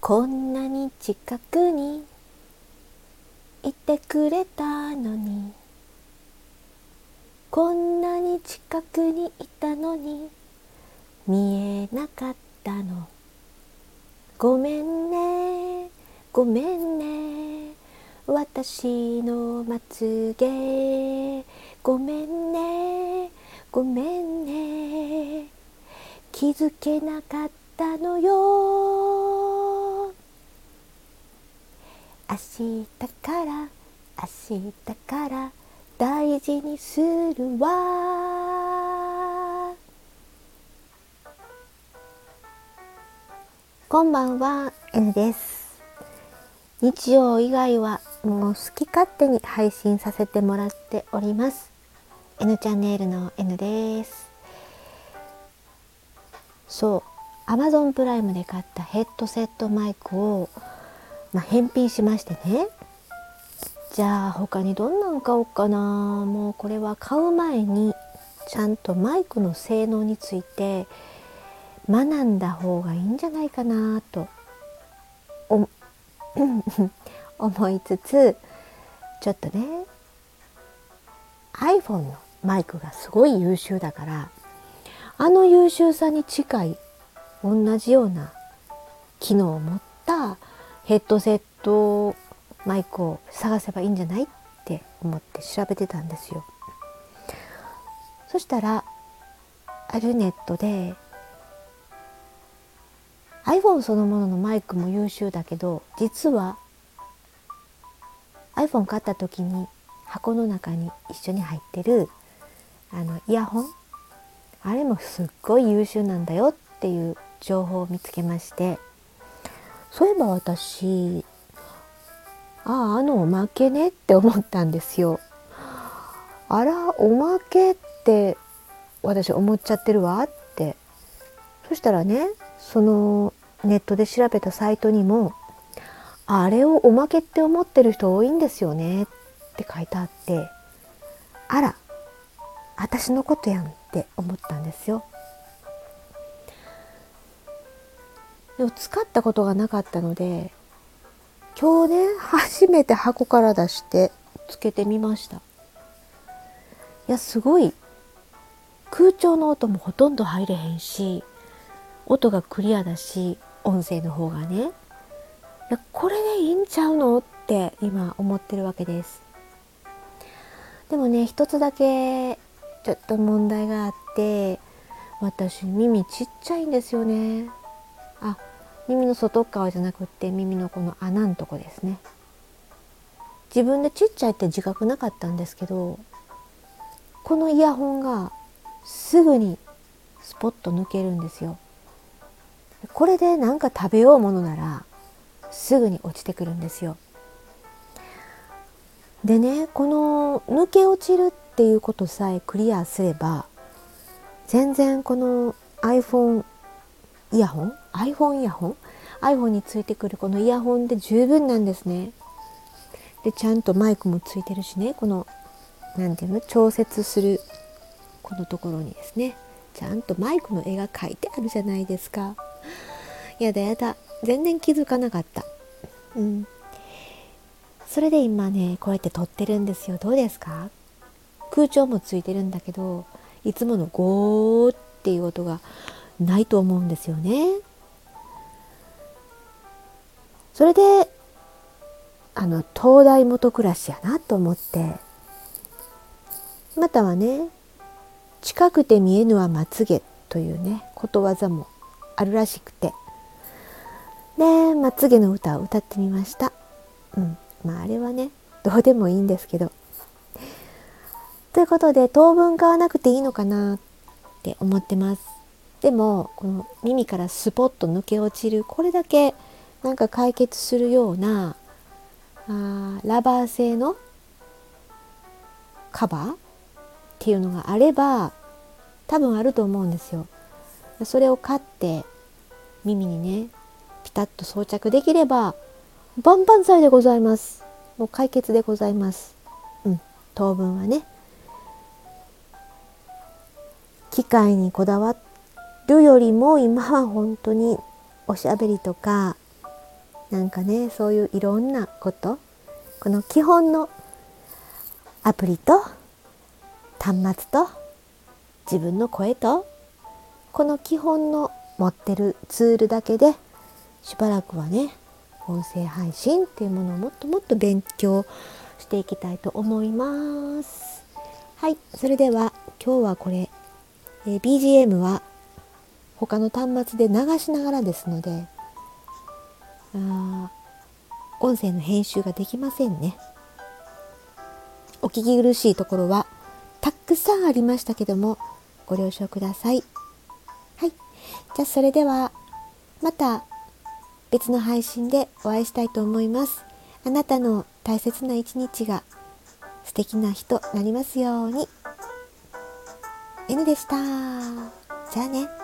こんなに近くにいてくれたのに、こんなに近くにいたのに見えなかったの。ごめんね、ごめんね、私のまつげ。ごめんね、ごめんね、気づけなかったのよ。明日から明日から大事にするわ。こんばんは、N です。日曜以外はもう好き勝手に配信させてもらっております。 N チャンネルの N です。そう、Amazon プライムで買ったヘッドセットマイクを、返品しましてね。じゃあ他にどんなん買おうかな。もうこれは買う前にちゃんとマイクの性能について学んだ方がいいんじゃないかなと思いつつ、ちょっとね iPhone のマイクがすごい優秀だから、あの優秀さに近い同じような機能を持ったヘッドセットマイクを探せばいいんじゃないって思って調べてたんですよ。そしたらあるネットで iPhone そのもののマイクも優秀だけど、実は iPhone 買った時に箱の中に一緒に入ってるイヤホン、あれもすっごい優秀なんだよっていう情報を見つけまして、そういえば私あのおまけねって思ったんですよ。あら、おまけって私思っちゃってるわって。そしたらね、そのネットで調べたサイトにも、あれをおまけって思ってる人多いんですよねって書いてあって、あら、私のことやんって思ったんですよ。でも使ったことがなかったので、今日ね初めて箱から出してつけてみました。いや、すごい空調の音もほとんど入れへんし、音がクリアだし、音声の方がね、いやこれでいいんちゃうのって今思ってるわけです。でもね、一つだけちょっと問題があって、私耳ちっちゃいんですよね。耳の外側じゃなくって耳のこの穴のとこですね。自分でちっちゃいって自覚なかったんですけど、このイヤホンがすぐにスポッと抜けるんですよ。これで何か食べようものならすぐに落ちてくるんですよ。でね、この抜け落ちるっていうことさえクリアすれば、全然この iPhone イヤホンについてくるこのイヤホンで十分なんですね。でちゃんとマイクもついてるしね、このなんていうの、調節するこのところにですね、ちゃんとマイクの絵が描いてあるじゃないですか。やだやだ、全然気づかなかった。それで今ねこうやって撮ってるんですよ。どうですか？空調もついてるんだけど、いつものゴーっていう音がないと思うんですよね。それで灯台元暮らしやなと思って、またはね、近くて見えぬはまつげというねことわざもあるらしくて、でまつげの歌を歌ってみました。あれはねどうでもいいんですけど、ということで当分買わなくていいのかなって思ってます。でもこの耳からスポッと抜け落ちる、これだけなんか解決するようなラバー製のカバーっていうのがあれば、多分あると思うんですよ。それを買って耳にねピタッと装着できれば万々歳でございます。もう解決でございます。当分はね、機械にこだわるよりも今は本当におしゃべりとかなんかね、そういういろんなこと、この基本のアプリと端末と自分の声と、この基本の持ってるツールだけでしばらくはね、音声配信っていうものをもっともっと勉強していきたいと思います。はい、それでは今日はこれ、BGM は他の端末で流しながらですので、音声の編集ができませんね。お聞き苦しいところはたくさんありましたけども、ご了承ください。はい、じゃあそれではまた別の配信でお会いしたいと思います。あなたの大切な一日が素敵な日となりますように。N でした。じゃあね。